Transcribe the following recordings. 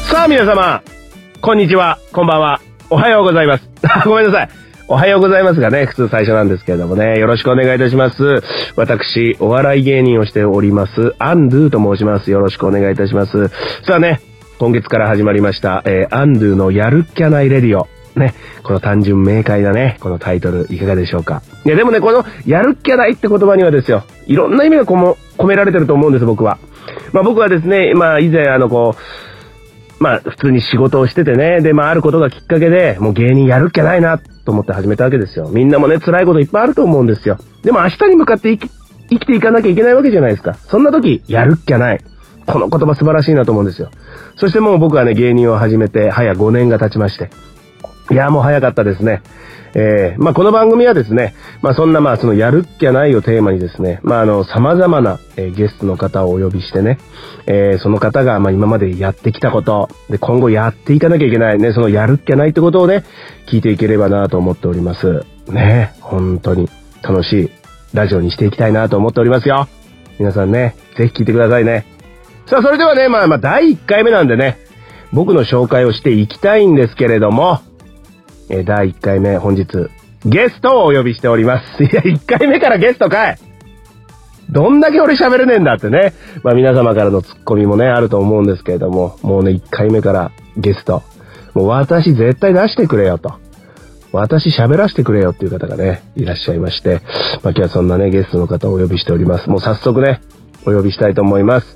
さあ皆様、こんにちは、こんばんは、おはようございます。ごめんなさい。おはようございますがね、普通最初なんですけれどもね、よろしくお願いいたします。私、お笑い芸人をしております、アンドゥと申します。よろしくお願いいたします。さあね、今月から始まりました、アンドゥのやるっきゃないレディオ。ね、この単純明快なね、このタイトル、いかがでしょうか。いや、でもね、この、やるっきゃないって言葉にはですよ、いろんな意味が込められてると思うんです、僕は。僕はですね、以前普通に仕事をしててね、で、あることがきっかけで、もう芸人やるっきゃないな、と思って始めたわけですよ。みんなもね、辛いこといっぱいあると思うんですよ。でも明日に向かって生きていかなきゃいけないわけじゃないですか。そんな時、やるっきゃない。この言葉素晴らしいなと思うんですよ。そしてもう僕はね、芸人を始めて、早5年が経ちまして。いや、もう早かったですね。この番組はですね、そんなそのやるっきゃないをテーマにですね、様々な、ゲストの方をお呼びしてね、その方が今までやってきたこと、で、今後やっていかなきゃいけないね、そのやるっきゃないってことをね、聞いていければなと思っております。ね、本当に楽しいラジオにしていきたいなと思っておりますよ。皆さんね、ぜひ聞いてくださいね。さあ、それではね、第1回目なんでね、僕の紹介をしていきたいんですけれども、第1回目、本日、ゲストをお呼びしております。いや、1回目からゲストかい。どんだけ俺喋れねえんだってね。皆様からのツッコミもね、あると思うんですけれども、もうね、1回目からゲスト。もう私絶対出してくれよと。私喋らせてくれよっていう方がね、いらっしゃいまして、今日はそんなね、ゲストの方をお呼びしております。もう早速ね、お呼びしたいと思います。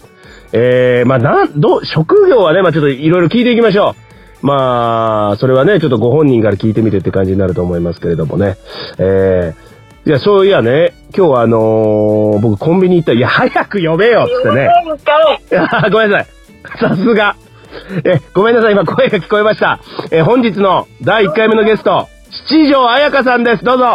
職業はね、ちょっといろいろ聞いていきましょう。それはね、ちょっとご本人から聞いてみてって感じになると思いますけれどもね。いや、そういやね、今日は僕コンビニ行ったら、いや、早く呼べよっつってね。ごめんなさい。さすが。ごめんなさい、今声が聞こえました。本日の第1回目のゲスト、七条彩香さんです。どうぞ。 はい、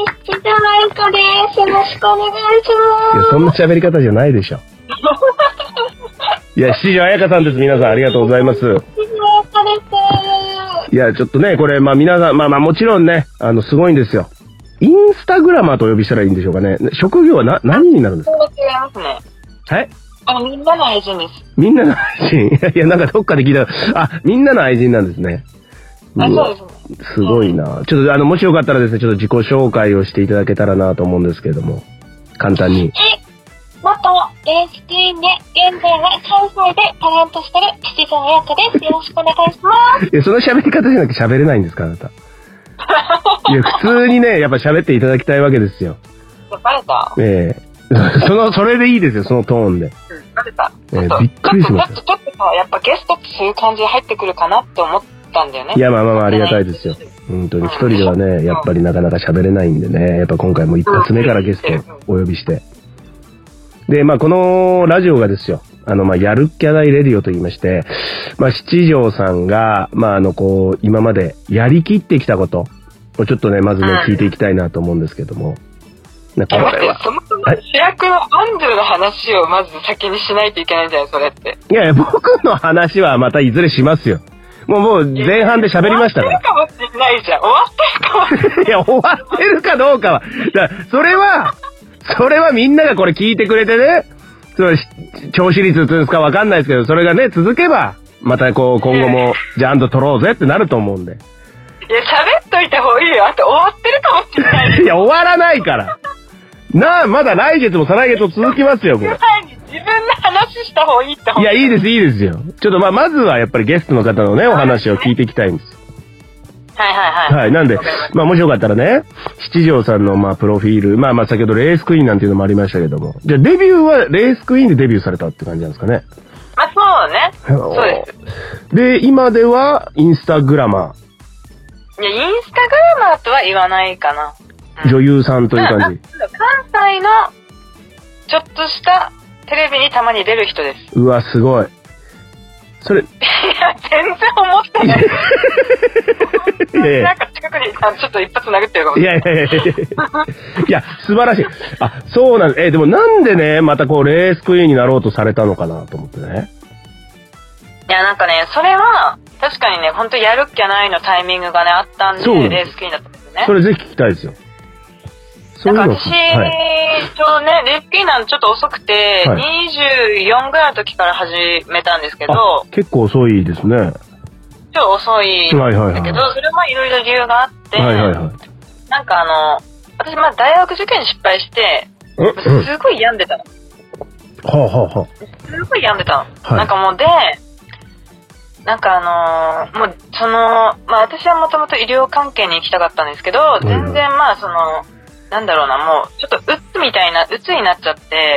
七条彩香です。よろしくお願いします。 いや、そんな喋り方じゃないでしょ。いや、七条彩香さんです。皆さんありがとうございます。七条彩香です。いや、ちょっとね、これ、皆さん、もちろんね、すごいんですよ。インスタグラマーとお呼びしたらいいんでしょうかね。職業は何になるんですか？ 違いますね。 はい？ みんなの愛人です。 みんなの愛人？いや、なんかどっかで聞いた。みんなの愛人なんですね。 そうですね。 すごいな。ちょっともしよかったらですね、ちょっと自己紹介をしていただけたらなと思うんですけれども、簡単に。 元レースクイーンで、現在は関西でタレントしてる七条彩香です。よろしくお願いします。 いや、その喋り方じゃなくて喋れないんですか、あなた。いや、普通にね、やっぱ喋っていただきたいわけですよ。 バレた？ それでいいですよ、そのトーンで。 バレた。 びっくりしました。 ちょっとさ、やっぱゲストってそういう感じで入ってくるかなって思ったんだよね。 いや、ありがたいですよ。本当に一人ではね、やっぱりなかなか喋れないんでね、やっぱ今回も一発目からゲストをお呼びして。で、このラジオがですよ、やるっきゃないレディオと言いまして、七条さんが、今までやりきってきたことをちょっとね、まずね、聞いていきたいなと思うんですけども。 これは。そもそも主役のアンドゥの話をまず先にしないといけないんじゃないそれって。 いや、僕の話はまたいずれしますよ。もう前半で喋りましたから。 終わってるかもしれないじゃん。終わってるかもしれない。 いや、終わってるかどうかは。それはみんながこれ聞いてくれてね、聴取率っていうんですかわかんないですけど、それがね、続けば、また今後も、じゃあ取ろうぜってなると思うんで。 いや、喋っといた方がいいよ。あと終わってるかもしれない。 いや、終わらないから。まだ来月も再来月も続きますよ、これ。 自分の話した方がいいって。 いや、いいですよ。ちょっとまずはやっぱりゲストの方のね、お話を聞いていきたいんです。はい。なんで、もしよかったらね、七条さんのプロフィール、先ほどレースクイーンなんていうのもありましたけども、じゃあデビューはレースクイーンでデビューされたって感じなんですかね。 そうね。そうです。 で、今ではインスタグラマー。いや、インスタグラマーとは言わないかな。 女優さんという感じ。 関西のちょっとしたテレビにたまに出る人です。 うわ、すごい。それ。いや、全然思ってない。なんか近くにちょっと一発殴ってるかもしれない。 いや、素晴らしい。そうなんです。でもなんでね、またレースクイーンになろうとされたのかなと思ってね。 いや、なんかね、それは、確かにね、ほんとやるっきゃないのタイミングがね、あったんで、レースクイーンだったんですよね。 それぜひ聞きたいですよ。 そういうのなんか私、ちょうどね、レースクイーンなんちょっと遅くて、 はい 24ぐらいの時から始めたんですけど、 結構遅いですね。 ちょっと遅いんはいはいはいだけど、それもいろいろ理由があって、 はいはいはい。 なんか私まあ大学受験失敗して、すごい病んでたの。 はあはあはあ。 すごい病んでたの。 はい、 なんかもうで、なんかもうまあ私はもともと医療関係に行きたかったんですけど、全然まあなんだろうな、もうちょっとうつになっちゃって、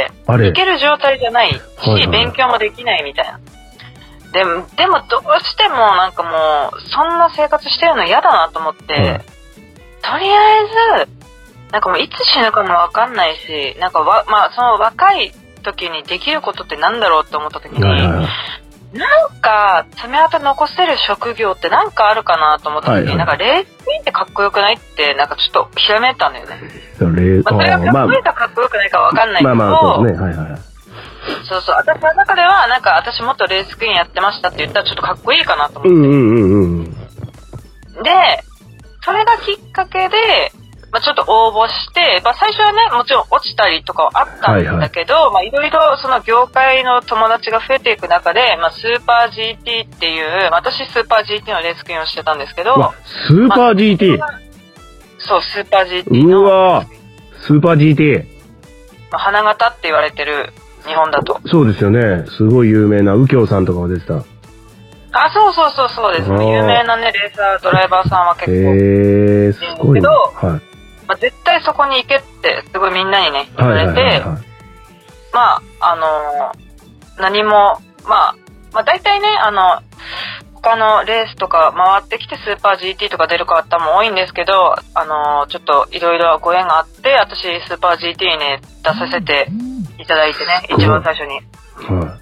行ける状態じゃないし、勉強もできないみたいな。でもどうしてもなんかもう、そんな生活してるの嫌だなと思って、とりあえず、なんかもういつ死ぬかもわかんないし、なんかまあその若い時にできることってなんだろうって思った時に、なんか爪痕残せる職業ってなんかあるかなと思った時に、なんかレースクイーンってかっこよくないってなんかちょっとひらめいたんだよね。それがかっこいいかかっこよくないかわかんないけど、 そうですね、はいはい。 そうそう、私の中ではなんか私もっとレースクイーンやってましたって言ったらちょっとかっこいいかなと思って。で、それがきっかけで、まあ、ちょっと応募して、まあ、最初はね、もちろん落ちたりとかはあったんだけど、まあ、いろいろその業界の友達が増えていく中で、まあ、スーパー GT っていう、私スーパー GT のレースクイーンをしてたんですけど、 スーパー GT？ そう、スーパー GT の。 うわスーパー GT。 まあ、花形って言われてる、日本だと。 そうですよね。すごい有名な右京さんとかも出てた。 あ、そうです。有名なね、レーサー、ドライバーさんは結構。 すごいな。はい。 まあ、絶対そこに行けってすごいみんなにね言われて、まあ何もまあ大体ね他のレースとか回ってきてスーパー GT とか出る方も多いんですけど、ちょっといろいろご縁があって私スーパー GT にね出させていただいてね、一番最初に、はい、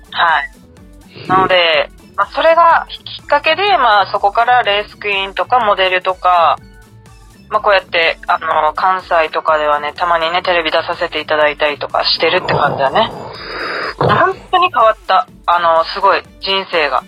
なので、まあ、それがきっかけで、まあ、そこからレースクイーンとかモデルとか、まあ、こうやって関西とかではねたまにねテレビ出させていただいたりとかしてるって感じだね。本当に変わったすごい人生が。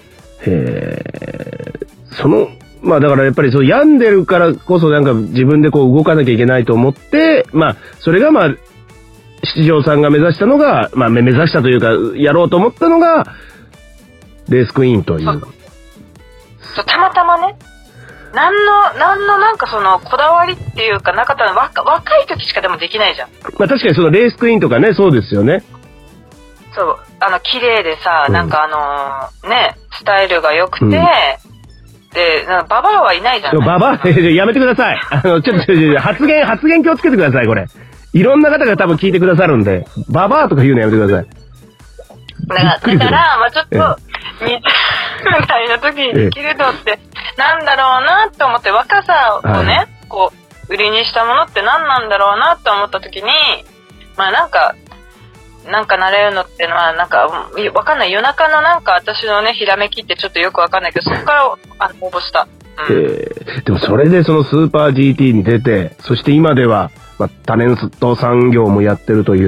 まあだからやっぱりそう病んでるからこそなんか自分でこう動かなきゃいけないと思って、まあそれがまあ七条さんが目指したのが、まあ目指したというかやろうと思ったのがレースクイーンという。 そうたまたまね。なんのなんかそのこだわりっていうかなかったの若い時しかでもできないじゃん。 まあ確かにそのレースクイーンとかね、そうですよね。 そう、綺麗でさ、なんかね、スタイルが良くて、で、ババアはいないじゃん。 ババアやめてください。ちょっと発言気をつけてください、これ。いろんな方が多分聞いてくださるんで、ババアとか言うのやめてください。 だから、まあちょっと、20代の時にできるのって、なんだろうなって思って、若さをね、こう、売りにしたものって何なんだろうなって思った時に、まあなんかなれるのってのは、なんか、わかんない。夜中のなんか私のね、ひらめきってちょっとよくわかんないけど、そこから応募した。 でもそれでそのスーパー GT に出て、そして今では、まあ、タレント産業もやってるという。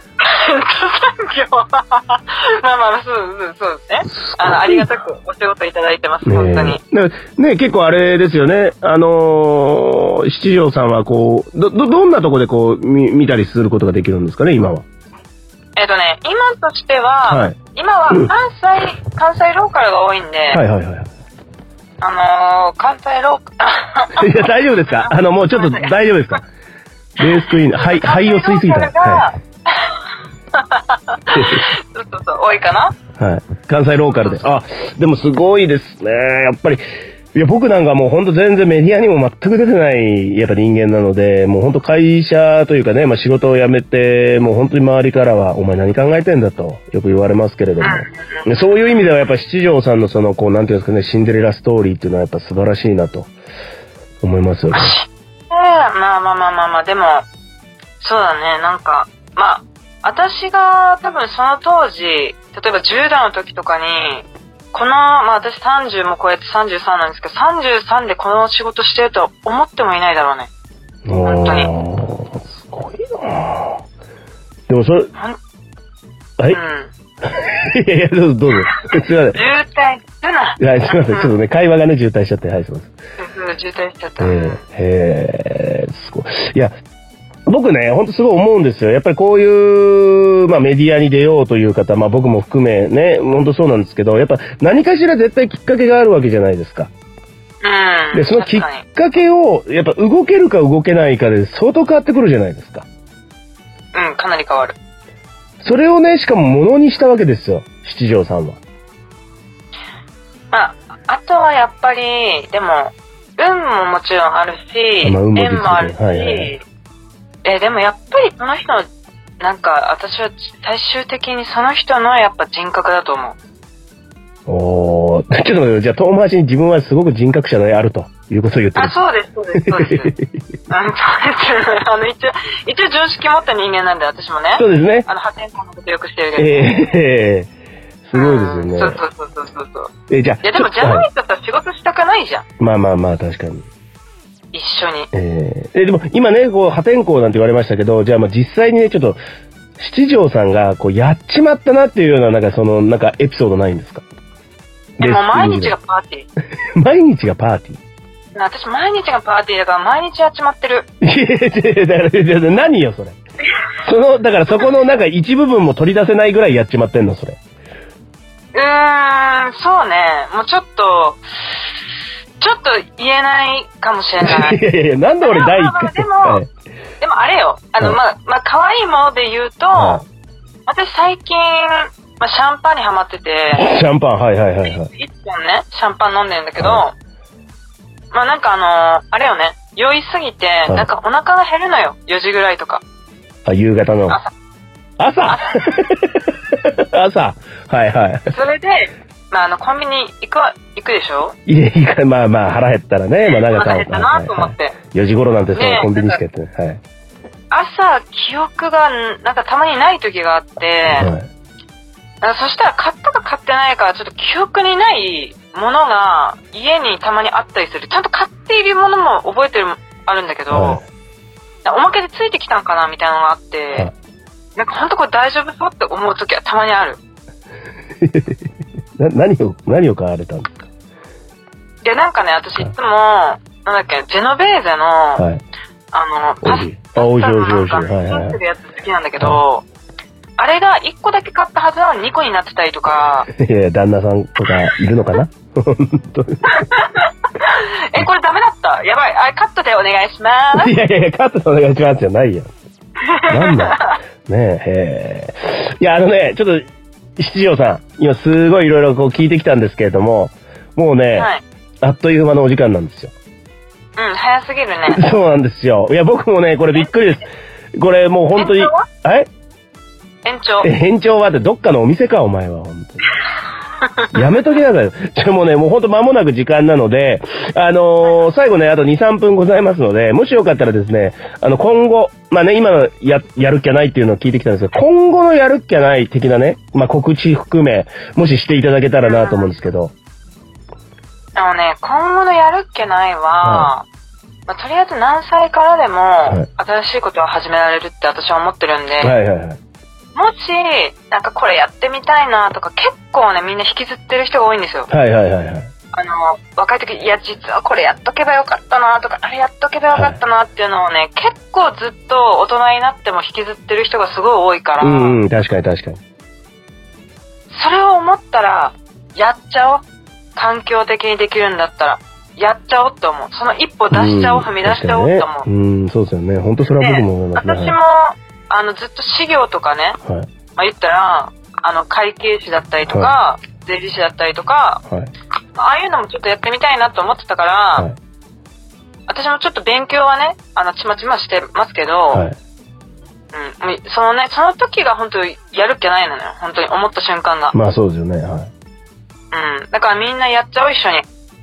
まあそうですね。ありがたくお仕事いただいてます、本当に。 ね、結構あれですよね。七条さんはこう、どんなとこでこう、見たりすることができるんですかね、今は。 今としては、今は関西ローカルが多いんで、関西ローカル、いや、大丈夫ですか？もうちょっと大丈夫ですか？レースクイーン、肺を吸いすぎた。 そう、多いかな？ はい。関西ローカルで。あ、でもすごいですね。やっぱり、いや、僕なんかもうほんと全然メディアにも全く出てない、やっぱ人間なので、もうほんと会社というかね、まあ仕事を辞めて、もう本当に周りからは、お前何考えてんだと、よく言われますけれども。そういう意味ではやっぱ七条さんのその、こう、なんていうんですかね、シンデレラストーリーっていうのはやっぱ素晴らしいなと、思いますよね。 まあ、でも、そうだね、なんか、まあ、私が多分その当時、例えば10代の時とかに、まあ私30も超えて33なんですけど、33でこの仕事してるとは思ってもいないだろうね。本当に。 すごいなでもそれ、はい、いや、どうぞ。すいません。 渋滞すな。 はい、すいません。ちょっとね、会話がね、渋滞しちゃって、はい、すいません。 渋滞しちゃった。 すごい。いや、 僕ね、ほんとすごい思うんですよ。やっぱりこういう、まあメディアに出ようという方、まあ僕も含めね、ほんとそうなんですけど、やっぱ何かしら絶対きっかけがあるわけじゃないですか。で、そのきっかけを、やっぱ動けるか動けないかで相当変わってくるじゃないですか。 うん、かなり変わる。 それをね、しかも物にしたわけですよ、七条さんは。 まあ、あとはやっぱり、でも、運ももちろんあるし、 まあ、運も縁もあるし、 はいはい、 でもやっぱりその人の、なんか私は最終的にその人のやっぱ人格だと思う。 ちょっと待って、じゃあ遠回しに自分はすごく人格者であるということを言ってる。 そうです。そうです。そうです。一応常識持った人間なんで、私もね。 そうですね。 破天荒のことよくしてるけど。 すごいですよね。 そう。 じゃあ。 いやでもじゃない人と仕事したくないじゃん。 まあ、確かに。 一緒に。 でも今ね、こう、破天荒なんて言われましたけど、じゃあまあ実際にね、ちょっと、七条さんが、こう、やっちまったなっていうような、なんかその、なんかエピソードないんですか？ でも毎日がパーティー。毎日がパーティー？ 私毎日がパーティーだから毎日やっちまってる。 だから何よ、それ。だからそこのなんか一部分も取り出せないぐらいやっちまってんの、それ。 そうね。もうちょっと言えないかもしれない。 いや、なんで俺第一回。 でもあれよ。まあ、可愛いもので言うと、私最近、まあ、シャンパンにハマってて。 シャンパン、はい。 一本ね、シャンパン飲んでるんだけど、まあなんかあれよね、酔いすぎて、なんかお腹が減るのよ。4時ぐらいとか。 夕方の。朝はい。 それで、まあコンビニ行くでしょ？ まあ腹減ったらね、まあ長腹減ったなと思って。 4時頃なんてコンビニしかやってない。はい。 朝、記憶が、なんかたまにない時があって、そしたら買ったか買ってないか、ちょっと記憶にないものが家にたまにあったりする。ちゃんと買っているものも覚えてあるんだけど、おまけでついてきたんかなみたいなのがあって、なんかほんとこれ大丈夫そうって思う時はたまにある。 何を買われたんですか？ いや、なんかね、私いつも、なんだっけ、ジェノベーゼの、パスタのなんか、作ってるやつ好きなんだけど、あれが1個だけ買ったはずなのに2個になってたりとか。 いや、旦那さんとかいるのかな？本当に。 これダメだった。やばい。カットでお願いします。 いや、カットでお願いしますじゃないよ。なんだ。いや、ちょっと、七条さん、今すごいいろいろこう聞いてきたんですけれども、もうね、あっという間のお時間なんですよ。 早すぎるね。 そうなんですよ。いや、僕もね、これびっくりです。これもう本当に、延長はってどっかのお店か、お前は、本当に。やめときなさいよ。もうね、もうほんと間もなく時間なので、最後ね、あと2、3分ございますので、もしよかったらですね、今後、まあね、今のやるっきゃないっていうのを聞いてきたんですけど、今後のやるっきゃない的なね、まあ告知含め、もししていただけたらなと思うんですけど。 今後のやるっきゃないは、まあ、とりあえず何歳からでも、新しいことを始められるって私は思ってるんで、もし、なんかこれやってみたいなとか、結構ね、みんな引きずってる人が多いんですよ。若い時、いや、実はこれやっとけばよかったなとか、あれやっとけばよかったなっていうのをね、結構ずっと大人になっても引きずってる人がすごい多いから。 確かに。 それを思ったら、やっちゃおう。環境的にできるんだったら、やっちゃおうって思う。その一歩出しちゃおう、踏み出しちゃおうって思う。 そうですよね。本当それは僕も思いますね。 私も、ずっと事業とかね、まあ言ったら、会計士だったりとか、税理士だったりとか、ああいうのもちょっとやってみたいなと思ってたから、私もちょっと勉強はね、ちまちましてますけど、その時が本当にやるっきゃないのよ。本当に思った瞬間が。 まあそうですよね。 だからみんなやっちゃおう、一緒に。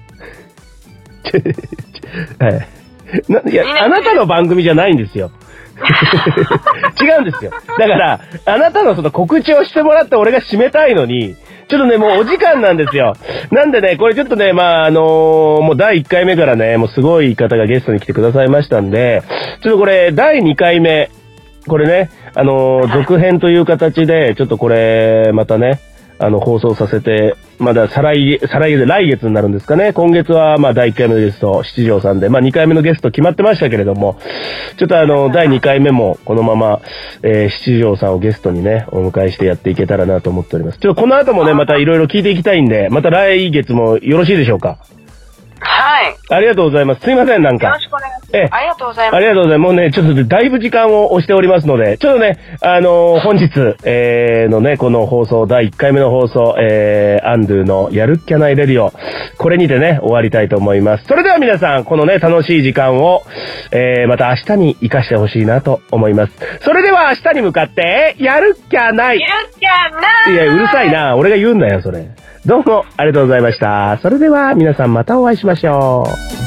いや、あなたの番組じゃないんですよ。違うんですよ。だから、あなたのその告知をしてもらって俺が締めたいのに、ちょっとね、もうお時間なんですよ。なんでね、これちょっとね、まあもう第1回目からね、もうすごい方がゲストに来てくださいましたんで、ちょっとこれ、第2回目、これね、続編という形で、ちょっとこれ、またね、 放送させて、まだ来月になるんですかね。今月は、第1回目のゲスト、七条さんで、2回目のゲスト決まってましたけれども、ちょっと第2回目も、このまま、七条さんをゲストにね、お迎えしてやっていけたらなと思っております。ちょっとこの後もね、またいろいろ聞いていきたいんで、また来月もよろしいでしょうか。 はい。 ありがとうございます。すいません、なんか。 よろしくお願いします。ありがとうございます。 ありがとうございます。もうね、ちょっとだいぶ時間を押しておりますので、ちょっとね、本日、のね、この放送、第1回目の放送、アンドゥのやるっきゃないレディオ、これにてね、終わりたいと思います。それでは皆さん、このね、楽しい時間を、また明日に活かしてほしいなと思います。それでは明日に向かって、やるっきゃない。 やるっきゃない。 いや、うるさいな。俺が言うんだよ、それ。どうもありがとうございました。それでは皆さんまたお会いしましょう。